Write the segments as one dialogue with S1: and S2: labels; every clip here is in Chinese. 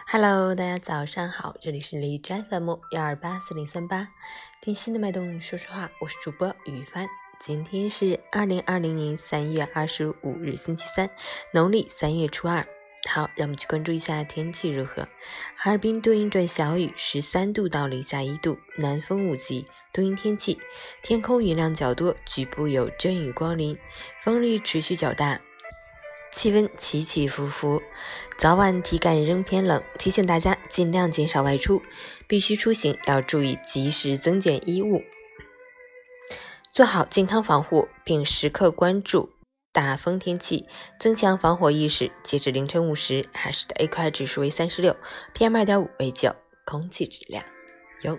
S1: Hello， 大家早上好，这里是荔枝 FM1284038，听心的脉动，说实话，我是主播于帆。今天是2020年3月25日，星期三，农历3月初二。好，让我们去关注一下天气如何。哈尔滨多云转小雨，13度到零下1度，南风5级，多云天气，天空云量较多，局部有阵雨光临，风力持续较大。气温起起伏伏，早晚体感仍偏冷，提醒大家尽量减少外出，必须出行要注意及时增减衣物，做好健康防护，并时刻关注大风天气，增强防火意识。截至凌晨5时，海市的 AQI 指数为36， PM2.5 为9，空气质量优。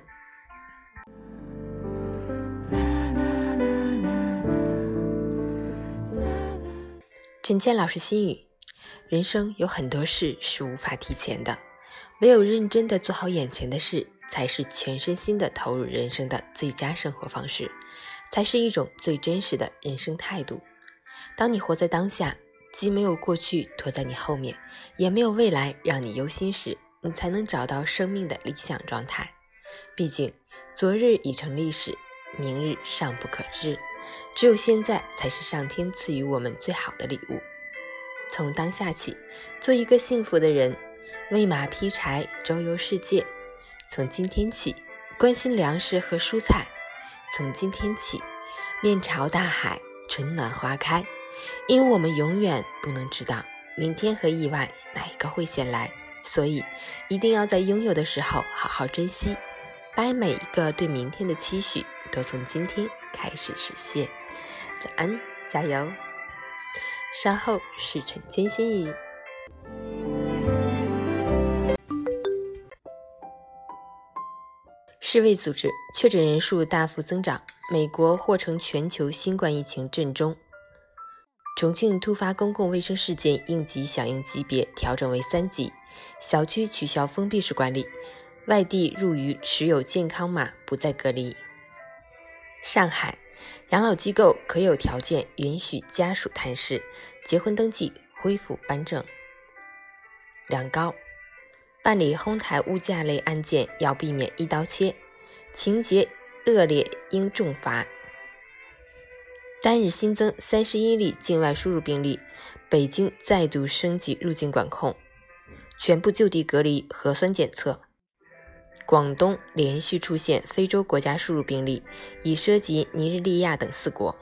S1: 陈倩老师心语：人生有很多事是无法提前的，唯有认真的做好眼前的事，才是全身心的投入人生的最佳生活方式，才是一种最真实的人生态度。当你活在当下，既没有过去拖在你后面，也没有未来让你忧心时，你才能找到生命的理想状态。毕竟昨日已成历史，明日尚不可知，只有现在才是上天赐予我们最好的礼物。从当下起，做一个幸福的人，喂马劈柴，周游世界。从今天起，关心粮食和蔬菜。从今天起，面朝大海，春暖花开。因为我们永远不能知道明天和意外哪一个会先来，所以一定要在拥有的时候好好珍惜，把每一个对明天的期许都从今天开始实现。早安，加油！稍后是晨间心语。世卫组织确诊人数大幅增长，美国或成全球新冠疫情震中。重庆突发公共卫生事件应急响应级别调整为3级，小区取消封闭式管理，外地入渝持有健康码不再隔离。上海养老机构可有条件允许家属探视，结婚登记恢复办证。两高办理哄抬物价类案件要避免一刀切，情节恶劣应重罚。单日新增31例境外输入病例，北京再度升级入境管控，全部就地隔离核酸检测。广东连续出现非洲国家输入病例，已涉及尼日利亚等4国。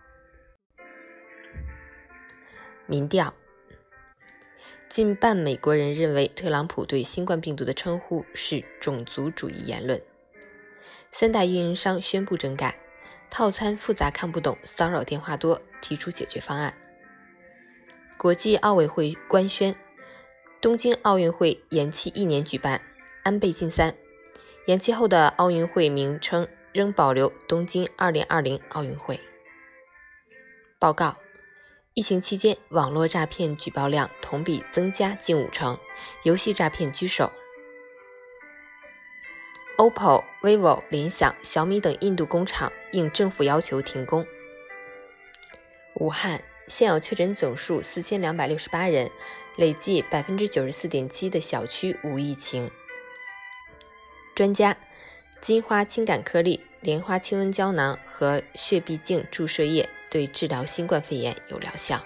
S1: 民调：近半美国人认为特朗普对新冠病毒的称呼是种族主义言论。3大运营商宣布整改，套餐复杂看不懂，骚扰电话多，提出解决方案。国际奥委会官宣，东京奥运会延期1年举办，安倍晋三。延期后的奥运会名称仍保留东京2020奥运会。报告：疫情期间，网络诈骗举报量同比增加近50%，游戏诈骗居首。OPPO、vivo、联想、小米等印度工厂应政府要求停工。武汉现有确诊总数4268人，累计 94.7% 的小区无疫情。专家：金花清感颗粒、莲花清瘟胶囊和血壁镜注射液对治疗新冠肺炎有疗效。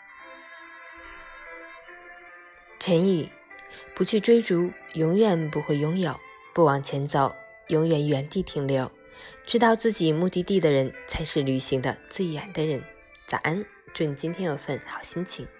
S1: 晨语：不去追逐，永远不会拥有；不往前走，永远原地停留。知道自己目的地的人，才是旅行的最远的人。早安，祝你今天有份好心情。